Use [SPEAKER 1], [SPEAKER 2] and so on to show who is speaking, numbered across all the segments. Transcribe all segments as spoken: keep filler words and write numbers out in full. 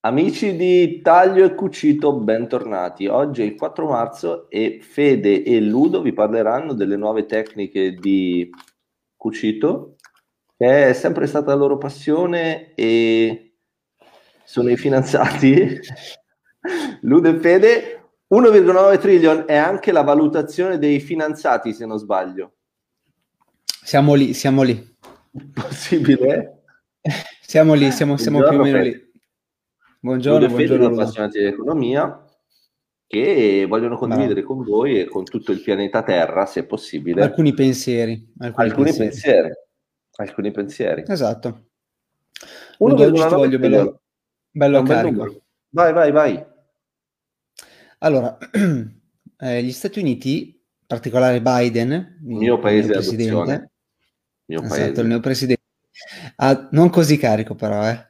[SPEAKER 1] Amici di Taglio e Cucito, bentornati. Oggi è il quattro marzo e Fede e Ludo vi parleranno delle nuove tecniche di cucito, che è sempre stata la loro passione e sono i finanziati. Ludo e Fede, uno virgola nove trillion è anche la valutazione dei finanziati, se non sbaglio.
[SPEAKER 2] Siamo lì, siamo lì.
[SPEAKER 1] Possibile?
[SPEAKER 2] Siamo lì, siamo, siamo più o meno
[SPEAKER 1] Fede.
[SPEAKER 2] lì. Buongiorno,
[SPEAKER 1] Ludo e Fede,
[SPEAKER 2] buongiorno.
[SPEAKER 1] due appassionati di economia che vogliono condividere
[SPEAKER 2] Bravo.
[SPEAKER 1] con voi e con tutto il pianeta Terra, se possibile,
[SPEAKER 2] Alcuni pensieri. Alcuni,
[SPEAKER 1] alcuni
[SPEAKER 2] pensieri.
[SPEAKER 1] pensieri. Alcuni pensieri.
[SPEAKER 2] Esatto.
[SPEAKER 1] uno
[SPEAKER 2] Ludo, oggi ti voglio bello, bello
[SPEAKER 1] un bel
[SPEAKER 2] carico.
[SPEAKER 1] numero. Vai, vai, vai.
[SPEAKER 2] Allora, eh, gli Stati Uniti, in particolare Biden,
[SPEAKER 1] Il mio paese
[SPEAKER 2] il
[SPEAKER 1] d'adozione. Mio
[SPEAKER 2] esatto,
[SPEAKER 1] paese.
[SPEAKER 2] il mio presidente. Ah, non così carico però, eh.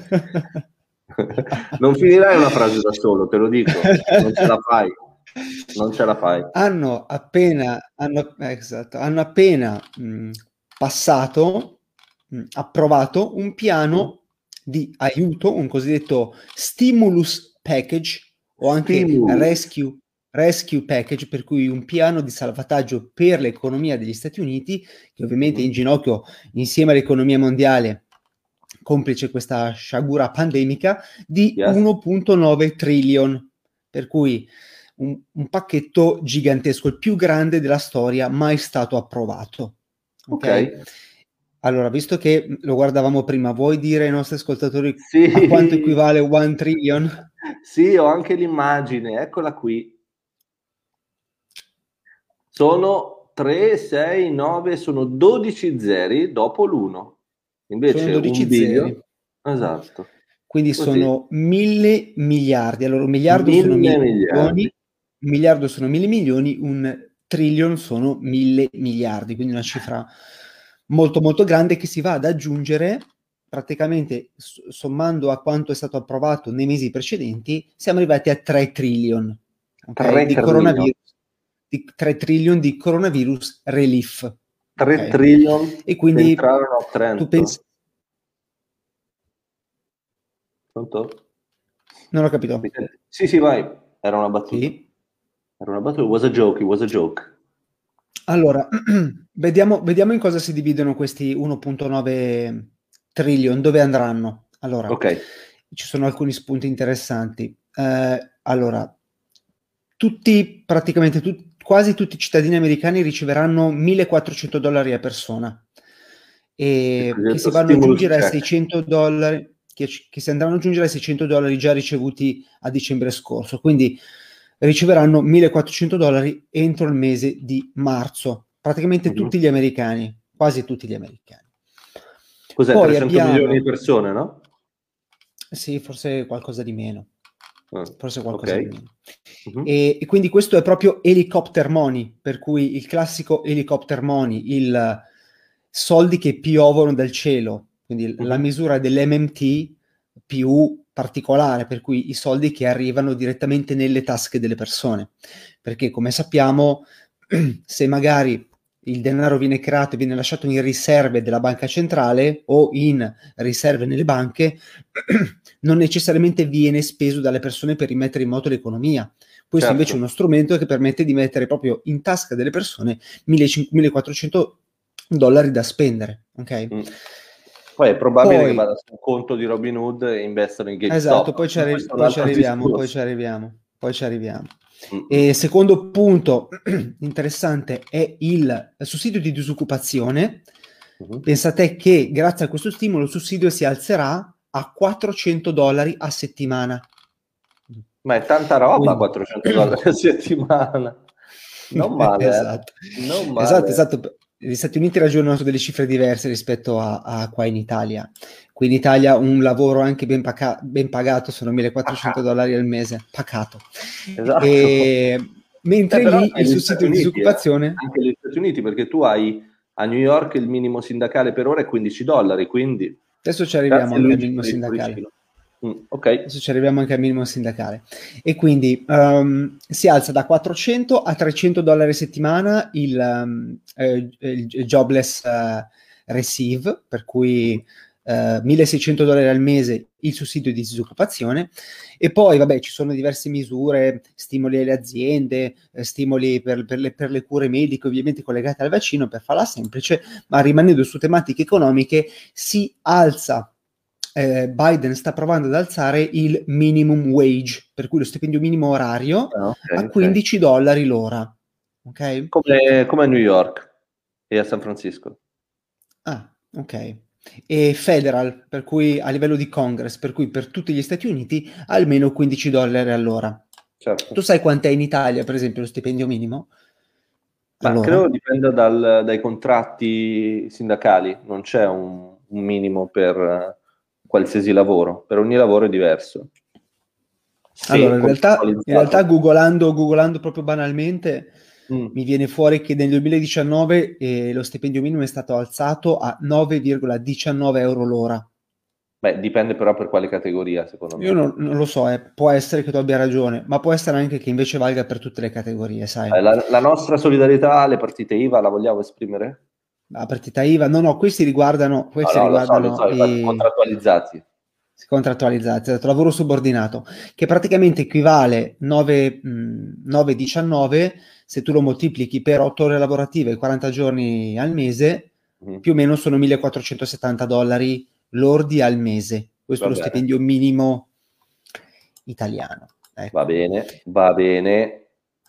[SPEAKER 1] Non finirai una frase da solo, te lo dico. Non ce la fai. Non ce la fai.
[SPEAKER 2] Hanno appena, hanno, esatto, hanno appena mh, passato, mh, approvato un piano mm. di aiuto, un cosiddetto stimulus package o anche
[SPEAKER 1] Stimulus.
[SPEAKER 2] rescue, rescue package, per cui un piano di salvataggio per l'economia degli Stati Uniti, che ovviamente è in ginocchio insieme all'economia mondiale, complice questa sciagura pandemica, di
[SPEAKER 1] Yes.
[SPEAKER 2] uno virgola nove trillion, per cui un, un pacchetto gigantesco, il più grande della storia mai stato approvato. Ok. Okay? Allora, visto che lo guardavamo prima, vuoi dire ai nostri ascoltatori
[SPEAKER 1] sì.
[SPEAKER 2] a quanto equivale one trillion?
[SPEAKER 1] Sì, ho anche l'immagine, eccola qui. Sono tre, sei, nove, sono dodici zeri dopo l'uno. Invece
[SPEAKER 2] sono dodici
[SPEAKER 1] un billion,
[SPEAKER 2] zeri.
[SPEAKER 1] Esatto.
[SPEAKER 2] Quindi Così. Sono mille miliardi. Allora, un miliardo
[SPEAKER 1] mille
[SPEAKER 2] sono mille
[SPEAKER 1] miliardi.
[SPEAKER 2] milioni, un miliardo sono mille milioni, un trillion sono mille miliardi, quindi una cifra molto molto grande che si va ad aggiungere praticamente sommando a quanto è stato approvato nei mesi precedenti, siamo arrivati a tre trillion, okay? tre di trillion. Coronavirus, di tre trillion di coronavirus relief.
[SPEAKER 1] tre
[SPEAKER 2] Okay?
[SPEAKER 1] trillion
[SPEAKER 2] e quindi
[SPEAKER 1] entrarono a Trento.
[SPEAKER 2] Tu pensi...
[SPEAKER 1] Pronto?
[SPEAKER 2] Non ho capito.
[SPEAKER 1] Sì, sì, vai. Era una battuta.
[SPEAKER 2] Sì.
[SPEAKER 1] Era una battuta. It was a joke, it was a joke.
[SPEAKER 2] Allora, vediamo, vediamo in cosa si dividono questi uno virgola nove trillion, dove andranno. Allora,
[SPEAKER 1] okay.
[SPEAKER 2] Ci sono alcuni spunti interessanti. Eh, allora, tutti, praticamente tu, quasi tutti i cittadini americani riceveranno millequattrocento dollari a persona, e che si vanno ad aggiungere ai seicento dollari, che, che si andranno ad aggiungere ai seicento dollari già ricevuti a dicembre scorso. Quindi riceveranno millequattrocento dollari entro il mese di marzo, praticamente uh-huh. tutti gli americani, quasi tutti gli americani.
[SPEAKER 1] Cos'è, Poi trecento abbiamo... milioni di persone, no?
[SPEAKER 2] Sì, forse qualcosa di meno. Uh, forse qualcosa
[SPEAKER 1] okay.
[SPEAKER 2] di meno. Uh-huh. E, e quindi questo è proprio helicopter money, per cui il classico helicopter money, il soldi che piovono dal cielo, quindi uh-huh. la misura dell'M M T più particolare, per cui i soldi che arrivano direttamente nelle tasche delle persone, perché come sappiamo se magari il denaro viene creato e viene lasciato in riserve della banca centrale o in riserve nelle banche, non necessariamente viene speso dalle persone per rimettere in moto l'economia. Questo certo. invece è uno strumento che permette di mettere proprio in tasca delle persone millequattrocento dollari da spendere, ok?
[SPEAKER 1] Mm. Poi è probabile
[SPEAKER 2] poi,
[SPEAKER 1] che vada sul conto di Robinhood e investono in GameStop.
[SPEAKER 2] Esatto, poi ci, arri- poi ci arriviamo,
[SPEAKER 1] discorso.
[SPEAKER 2] poi ci arriviamo, poi ci arriviamo. Mm-hmm. E secondo punto interessante è il sussidio di disoccupazione. Mm-hmm. Pensate che grazie a questo stimolo il sussidio si alzerà a quattrocento dollari a settimana.
[SPEAKER 1] Ma è tanta roba, quindi... quattrocento dollari a settimana. Non male.
[SPEAKER 2] Esatto.
[SPEAKER 1] Eh? Non male.
[SPEAKER 2] Esatto, esatto. Gli Stati Uniti ragionano su delle cifre diverse rispetto a, a qua in Italia. Qui in Italia un lavoro anche ben, paca- ben pagato sono millequattrocento dollari al mese, pacato.
[SPEAKER 1] Esatto.
[SPEAKER 2] E, mentre eh, lì il sussidio di disoccupazione...
[SPEAKER 1] Eh? Anche negli Stati Uniti, perché tu hai a New York il minimo sindacale per ora è quindici dollari, quindi...
[SPEAKER 2] Adesso ci arriviamo anche al minimo sindacale.
[SPEAKER 1] Mm, okay.
[SPEAKER 2] Adesso ci arriviamo anche al minimo sindacale. E quindi um, si alza da quattrocento a trecento dollari a settimana il, um, eh, il jobless uh, receive, per cui eh, milleseicento dollari al mese il sussidio di disoccupazione, e poi vabbè ci sono diverse misure, stimoli alle aziende, eh, stimoli per, per, le, per le cure mediche ovviamente collegate al vaccino, per farla semplice, ma rimanendo su tematiche economiche si alza, eh, Biden sta provando ad alzare il minimum wage, per cui lo stipendio minimo orario
[SPEAKER 1] Ah, okay,
[SPEAKER 2] a
[SPEAKER 1] okay.
[SPEAKER 2] quindici dollari l'ora. Ok?
[SPEAKER 1] Come, come a New York e a San Francisco.
[SPEAKER 2] Ah, ok. E federal, per cui a livello di Congress, per cui per tutti gli Stati Uniti almeno quindici dollari all'ora.
[SPEAKER 1] Certo.
[SPEAKER 2] Tu sai quant'è in Italia, per esempio, lo stipendio minimo?
[SPEAKER 1] Ma
[SPEAKER 2] Allora?
[SPEAKER 1] credo dipenda dal, dai contratti sindacali, non c'è un, un minimo per eh, qualsiasi lavoro, per ogni lavoro è diverso.
[SPEAKER 2] Allora,
[SPEAKER 1] Se
[SPEAKER 2] in realtà, in realtà
[SPEAKER 1] contestualizzato.
[SPEAKER 2] googolando, googolando proprio banalmente,
[SPEAKER 1] Mm.
[SPEAKER 2] mi viene fuori che nel duemiladiciannove eh, lo stipendio minimo è stato alzato a nove virgola diciannove euro l'ora.
[SPEAKER 1] Beh, dipende però per quale categoria, secondo
[SPEAKER 2] Io
[SPEAKER 1] me.
[SPEAKER 2] non, non lo so, eh, può essere che tu abbia ragione, ma può essere anche che invece valga per tutte le categorie, sai?
[SPEAKER 1] Eh, La, la nostra solidarietà alle partite I V A la vogliamo esprimere?
[SPEAKER 2] La partita I V A, no, no, questi riguardano,
[SPEAKER 1] No,
[SPEAKER 2] questi
[SPEAKER 1] no, lo so, lo
[SPEAKER 2] riguardano
[SPEAKER 1] so, infatti
[SPEAKER 2] i
[SPEAKER 1] contrattualizzati.
[SPEAKER 2] contrattualizzati, esatto, lavoro subordinato, che praticamente equivale nove virgola diciannove, se tu lo moltiplichi per otto ore lavorative e quaranta giorni al mese,
[SPEAKER 1] Mhm.
[SPEAKER 2] più o meno sono millequattrocentosettanta dollari lordi al mese. Questo
[SPEAKER 1] Va
[SPEAKER 2] è lo
[SPEAKER 1] bene,
[SPEAKER 2] stipendio minimo italiano.
[SPEAKER 1] va
[SPEAKER 2] Ecco.
[SPEAKER 1] bene, va bene.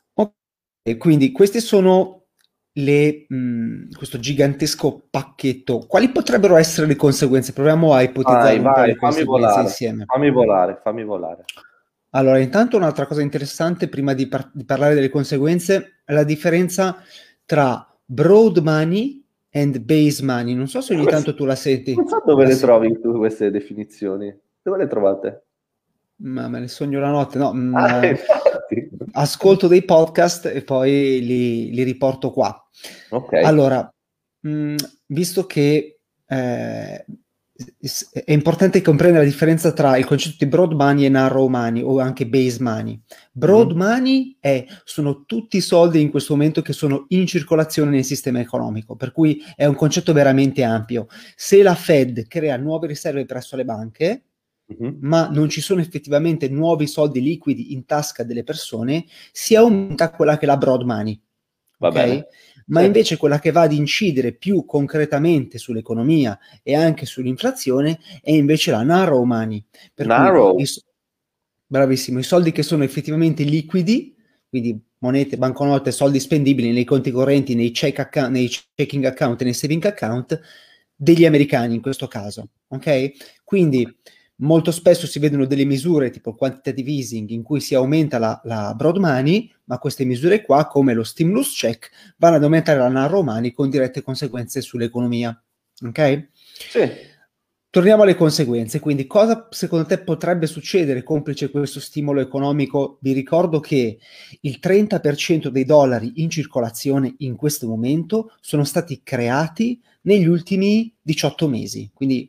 [SPEAKER 2] E quindi queste sono le, mh, questo gigantesco pacchetto. Quali potrebbero essere le conseguenze? Proviamo a
[SPEAKER 1] Vai,
[SPEAKER 2] ipotizzare un po'
[SPEAKER 1] vai,
[SPEAKER 2] le
[SPEAKER 1] fammi
[SPEAKER 2] conseguenze
[SPEAKER 1] volare,
[SPEAKER 2] insieme.
[SPEAKER 1] fammi volare, fammi volare.
[SPEAKER 2] Allora, intanto un'altra cosa interessante, prima di, par- di parlare delle conseguenze, è la differenza tra broad money and base money. Non so se ogni tanto tu la
[SPEAKER 1] Non
[SPEAKER 2] senti.
[SPEAKER 1] so dove
[SPEAKER 2] La
[SPEAKER 1] le
[SPEAKER 2] se-
[SPEAKER 1] trovi tu queste definizioni. Dove le trovate?
[SPEAKER 2] ma me ne sogno la notte, no? mm,
[SPEAKER 1] Ah,
[SPEAKER 2] eh,
[SPEAKER 1] infatti.
[SPEAKER 2] ascolto dei podcast e poi li, li riporto qua.
[SPEAKER 1] Ok.
[SPEAKER 2] Allora, mh, visto che eh, s- è importante comprendere la differenza tra il concetto di broad money e narrow money o anche base money. Broad
[SPEAKER 1] Mhm.
[SPEAKER 2] money è, sono tutti i soldi in questo momento che sono in circolazione nel sistema economico, per cui è un concetto veramente ampio. Se la Fed crea nuove riserve presso le banche,
[SPEAKER 1] Mhm.
[SPEAKER 2] ma non ci sono effettivamente nuovi soldi liquidi in tasca delle persone, si aumenta quella che è la broad money,
[SPEAKER 1] Va
[SPEAKER 2] ok?
[SPEAKER 1] bene.
[SPEAKER 2] Ma
[SPEAKER 1] Sì.
[SPEAKER 2] invece quella che va ad incidere più concretamente sull'economia e anche sull'inflazione è invece la narrow money, per cui i,
[SPEAKER 1] Narrow.
[SPEAKER 2] bravissimo, i soldi che sono effettivamente liquidi, quindi monete, banconote, soldi spendibili nei conti correnti, nei, check account, nei checking account e nei saving account degli americani in questo caso, ok? Quindi molto spesso si vedono delle misure tipo il quantitative easing in cui si aumenta la, la broad money, ma queste misure qua, come lo stimulus check, vanno ad aumentare la narrow money con dirette conseguenze sull'economia. Ok?
[SPEAKER 1] Sì.
[SPEAKER 2] Torniamo alle conseguenze, quindi cosa secondo te potrebbe succedere complice questo stimolo economico? Vi ricordo che il trenta per cento dei dollari in circolazione in questo momento sono stati creati negli ultimi diciotto mesi, quindi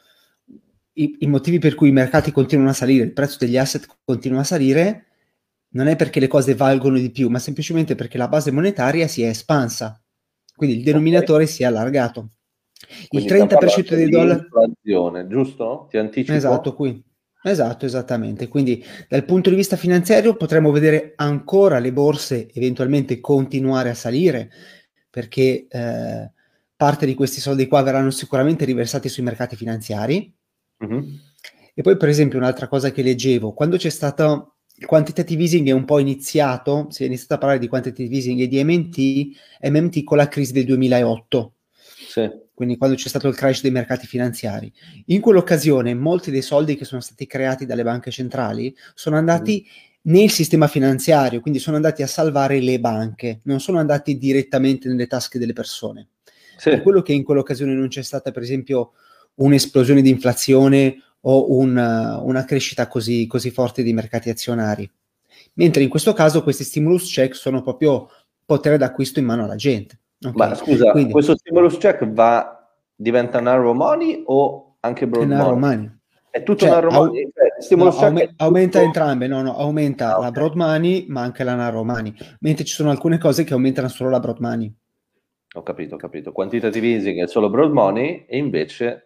[SPEAKER 2] i, i motivi per cui i mercati continuano a salire, il prezzo degli asset continua a salire, non è perché le cose valgono di più, ma semplicemente perché la base monetaria si è espansa, quindi il
[SPEAKER 1] Ok.
[SPEAKER 2] denominatore si è allargato. Il
[SPEAKER 1] Quindi stiamo
[SPEAKER 2] trenta per cento
[SPEAKER 1] parlando
[SPEAKER 2] dei
[SPEAKER 1] di
[SPEAKER 2] dollari...
[SPEAKER 1] inflazione, giusto? Ti
[SPEAKER 2] Esatto,
[SPEAKER 1] anticipo?
[SPEAKER 2] qui. Esatto, esattamente. Quindi dal punto di vista finanziario potremmo vedere ancora le borse eventualmente continuare a salire, perché eh, parte di questi soldi qua verranno sicuramente riversati sui mercati finanziari.
[SPEAKER 1] Mhm.
[SPEAKER 2] E poi, per esempio, un'altra cosa che leggevo, quando c'è stato il quantitative easing è un po' iniziato, si è iniziato a parlare di quantitative easing e di M M T, M M T con la crisi del duemilaotto,
[SPEAKER 1] Sì.
[SPEAKER 2] quindi quando c'è stato il crash dei mercati finanziari. In quell'occasione molti dei soldi che sono stati creati dalle banche centrali sono
[SPEAKER 1] Mhm.
[SPEAKER 2] andati nel sistema finanziario, quindi sono andati a salvare le banche, non sono andati direttamente nelle tasche delle persone.
[SPEAKER 1] Sì.
[SPEAKER 2] Per quello che in quell'occasione non c'è stata, per esempio, un'esplosione di inflazione o un, una crescita così, così forte di mercati azionari. Mentre in questo caso questi stimulus check sono proprio potere d'acquisto in mano alla gente.
[SPEAKER 1] Ma
[SPEAKER 2] Ok,
[SPEAKER 1] scusa,
[SPEAKER 2] quindi
[SPEAKER 1] questo stimulus check va, diventa narrow money o anche
[SPEAKER 2] è
[SPEAKER 1] broad
[SPEAKER 2] narrow
[SPEAKER 1] money?
[SPEAKER 2] money.
[SPEAKER 1] È tutto
[SPEAKER 2] Cioè,
[SPEAKER 1] narrow
[SPEAKER 2] au-
[SPEAKER 1] money? Cioè, il
[SPEAKER 2] no,
[SPEAKER 1] stimulus check è
[SPEAKER 2] aume- aumenta
[SPEAKER 1] tutto...
[SPEAKER 2] entrambe, no, no, aumenta
[SPEAKER 1] Ah,
[SPEAKER 2] la
[SPEAKER 1] ok.
[SPEAKER 2] broad money, ma anche la narrow money. Mentre ci sono alcune cose che aumentano solo la broad money.
[SPEAKER 1] Ho capito, ho capito. Quantitative easing è solo broad money e invece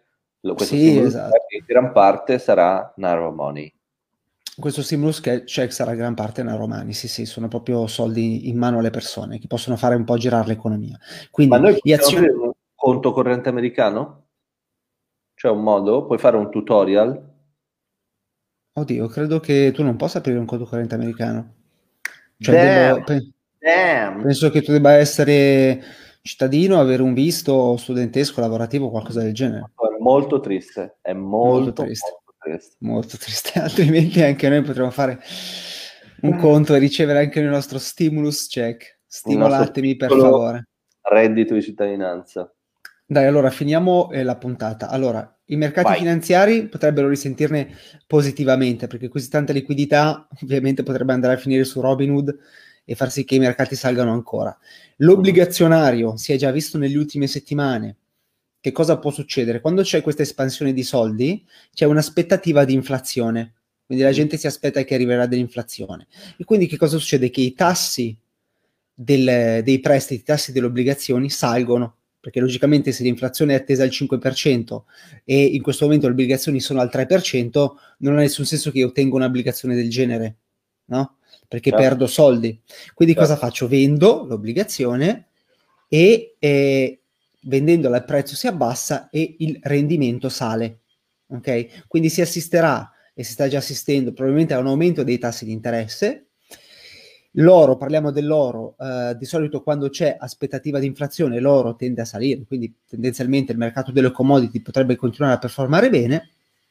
[SPEAKER 1] Questo
[SPEAKER 2] sì,
[SPEAKER 1] stimulus
[SPEAKER 2] esatto.
[SPEAKER 1] in gran parte sarà narrow money.
[SPEAKER 2] Questo stimulus check sarà gran parte narrow money, sì, sì, sono proprio soldi in mano alle persone che possono fare un po' girare l'economia. Quindi,
[SPEAKER 1] Ma noi
[SPEAKER 2] gli
[SPEAKER 1] possiamo
[SPEAKER 2] azioni...
[SPEAKER 1] aprire un conto corrente americano? C'è un modo? Puoi fare un tutorial?
[SPEAKER 2] Oddio, credo che tu non possa aprire un conto corrente americano. Cioè,
[SPEAKER 1] Damn!
[SPEAKER 2] dello... pe-
[SPEAKER 1] Damn!
[SPEAKER 2] penso che tu debba essere cittadino, avere un visto studentesco, lavorativo, qualcosa del genere.
[SPEAKER 1] È molto triste, è
[SPEAKER 2] Molto
[SPEAKER 1] molto,
[SPEAKER 2] triste,
[SPEAKER 1] molto triste.
[SPEAKER 2] molto triste. Altrimenti anche noi potremmo fare un conto e ricevere anche il nostro stimulus check.
[SPEAKER 1] Il nostro
[SPEAKER 2] Stimolatemi per
[SPEAKER 1] piccolo
[SPEAKER 2] favore.
[SPEAKER 1] reddito di cittadinanza.
[SPEAKER 2] Dai, allora finiamo eh, la puntata. Allora, i mercati
[SPEAKER 1] Vai.
[SPEAKER 2] finanziari potrebbero risentirne positivamente perché così tanta liquidità ovviamente potrebbe andare a finire su Robinhood e far sì che i mercati salgano ancora. L'obbligazionario si è già visto nelle ultime settimane. Che cosa può succedere? Quando c'è questa espansione di soldi, c'è un'aspettativa di inflazione. Quindi la
[SPEAKER 1] Mm.
[SPEAKER 2] gente si aspetta che arriverà dell'inflazione. E quindi che cosa succede? Che i tassi del- dei prestiti, i tassi delle obbligazioni salgono, perché logicamente se l'inflazione è attesa al cinque per cento e in questo momento le obbligazioni sono al tre per cento, non ha nessun senso che io ottenga un'obbligazione del genere, no? Perché
[SPEAKER 1] Certo.
[SPEAKER 2] perdo soldi. Quindi
[SPEAKER 1] Certo.
[SPEAKER 2] cosa faccio? Vendo l'obbligazione e eh, vendendola il prezzo si abbassa e il rendimento sale. Ok? Quindi si assisterà e si sta già assistendo probabilmente a un aumento dei tassi di interesse. L'oro, parliamo dell'oro, eh, di solito quando c'è aspettativa di inflazione l'oro tende a salire, quindi tendenzialmente il mercato delle commodity potrebbe continuare a performare bene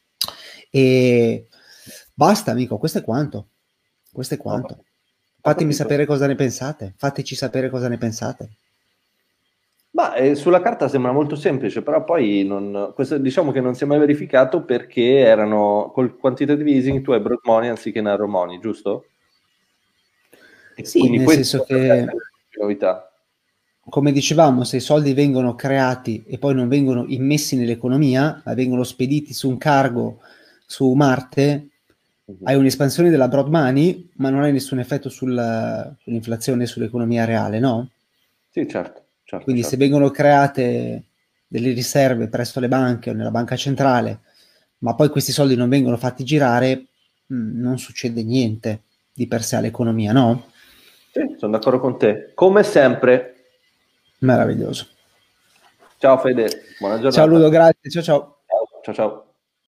[SPEAKER 2] e basta amico, questo è quanto. Questo è quanto. Fatemi sapere cosa ne pensate, fateci sapere cosa ne pensate.
[SPEAKER 1] Ma eh, sulla carta sembra molto semplice, però poi non, questo, diciamo che non si è mai verificato perché erano col quantitative easing tu hai broad money anziché narrow money, giusto? E
[SPEAKER 2] Sì,
[SPEAKER 1] quindi
[SPEAKER 2] nel
[SPEAKER 1] questa
[SPEAKER 2] senso
[SPEAKER 1] potrebbe essere
[SPEAKER 2] che,
[SPEAKER 1] la novità.
[SPEAKER 2] come dicevamo, se i soldi vengono creati e poi non vengono immessi nell'economia, ma vengono spediti su un cargo su Marte,
[SPEAKER 1] Mhm.
[SPEAKER 2] hai un'espansione della broad money, ma non hai nessun effetto sul- sull'inflazione e sull'economia reale, no?
[SPEAKER 1] Sì, certo, certo,
[SPEAKER 2] Quindi
[SPEAKER 1] certo.
[SPEAKER 2] se vengono create delle riserve presso le banche o nella banca centrale, ma poi questi soldi non vengono fatti girare, mh, non succede niente di per sé all'economia, no?
[SPEAKER 1] Sì, sono d'accordo con te. Come sempre.
[SPEAKER 2] Meraviglioso.
[SPEAKER 1] Ciao Fede, buona
[SPEAKER 2] Ciao
[SPEAKER 1] giornata.
[SPEAKER 2] Ludo, grazie, ciao ciao.
[SPEAKER 1] Ciao, ciao, ciao.